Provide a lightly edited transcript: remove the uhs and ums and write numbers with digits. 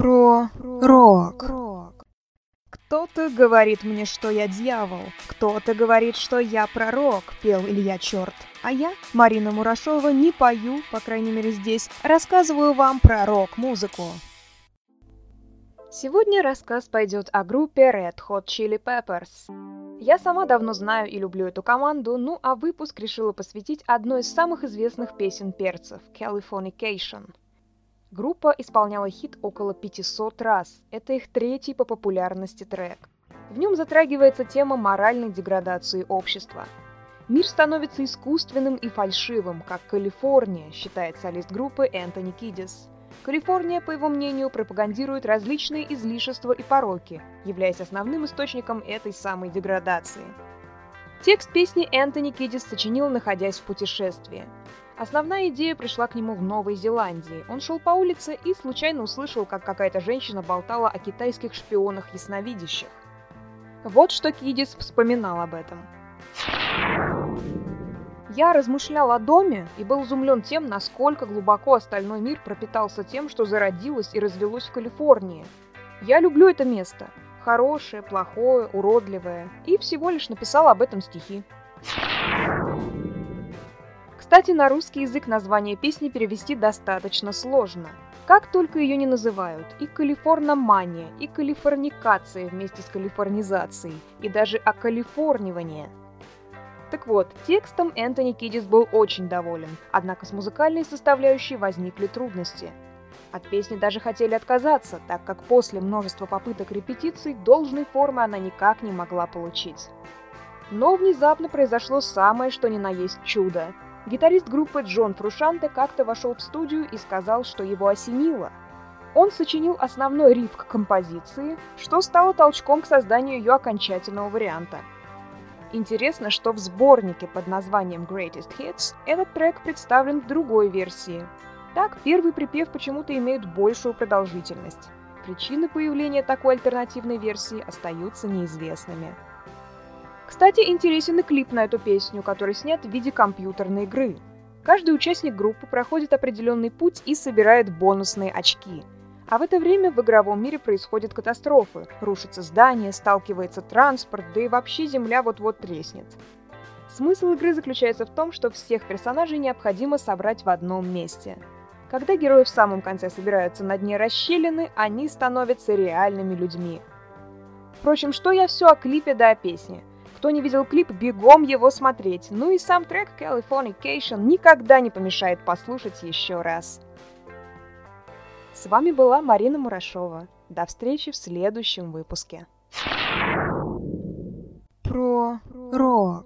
Про рок. Кто-то говорит мне, что я дьявол, кто-то говорит, что я пророк, пел Илья Черт. А я, Марина Мурашова, не пою, по крайней мере здесь, рассказываю вам про рок-музыку. Сегодня рассказ пойдет о группе Red Hot Chili Peppers. Я сама давно знаю и люблю эту команду, ну а выпуск решила посвятить одной из самых известных песен перцев – Californication. Группа исполняла хит около 500 раз. Это их третий по популярности трек. В нем затрагивается тема моральной деградации общества. Мир становится искусственным и фальшивым, как Калифорния, считает солист группы Энтони Кидис. Калифорния, по его мнению, пропагандирует различные излишества и пороки, являясь основным источником этой самой деградации. Текст песни Энтони Кидис сочинил, находясь в путешествии. Основная идея пришла к нему в Новой Зеландии. Он шел по улице и случайно услышал, как какая-то женщина болтала о китайских шпионах-ясновидящих. Вот что Кидис вспоминал об этом. Я размышлял о доме и был изумлен тем, насколько глубоко остальной мир пропитался тем, что зародилось и развелось в Калифорнии. Я люблю это место. Хорошее, плохое, уродливое. И всего лишь написал об этом стихи. Кстати, на русский язык название песни перевести достаточно сложно. Как только ее не называют, и калифорномания, и калифорникация вместе с калифорнизацией, и даже окалифорнивание. Так вот, текстом Энтони Кидис был очень доволен, однако с музыкальной составляющей возникли трудности. От песни даже хотели отказаться, так как после множества попыток репетиций должной формы она никак не могла получить. Но внезапно произошло самое что ни на есть чудо. Гитарист группы Джон Фрушанте как-то вошел в студию и сказал, что его осенило. Он сочинил основной риф к композиции, что стало толчком к созданию ее окончательного варианта. Интересно, что в сборнике под названием Greatest Hits этот трек представлен в другой версии. Так, первый припев почему-то имеет большую продолжительность. Причины появления такой альтернативной версии остаются неизвестными. Кстати, интересен и клип на эту песню, который снят в виде компьютерной игры. Каждый участник группы проходит определенный путь и собирает бонусные очки. А в это время в игровом мире происходят катастрофы. Рушатся здания, сталкивается транспорт, да и вообще земля вот-вот треснет. Смысл игры заключается в том, что всех персонажей необходимо собрать в одном месте. Когда герои в самом конце собираются на дне расщелины, они становятся реальными людьми. Впрочем, что я все о клипе да о песне. Кто не видел клип, бегом его смотреть. Ну и сам трек Californication никогда не помешает послушать еще раз. С вами была Марина Мурашова. До встречи в следующем выпуске. Про рок.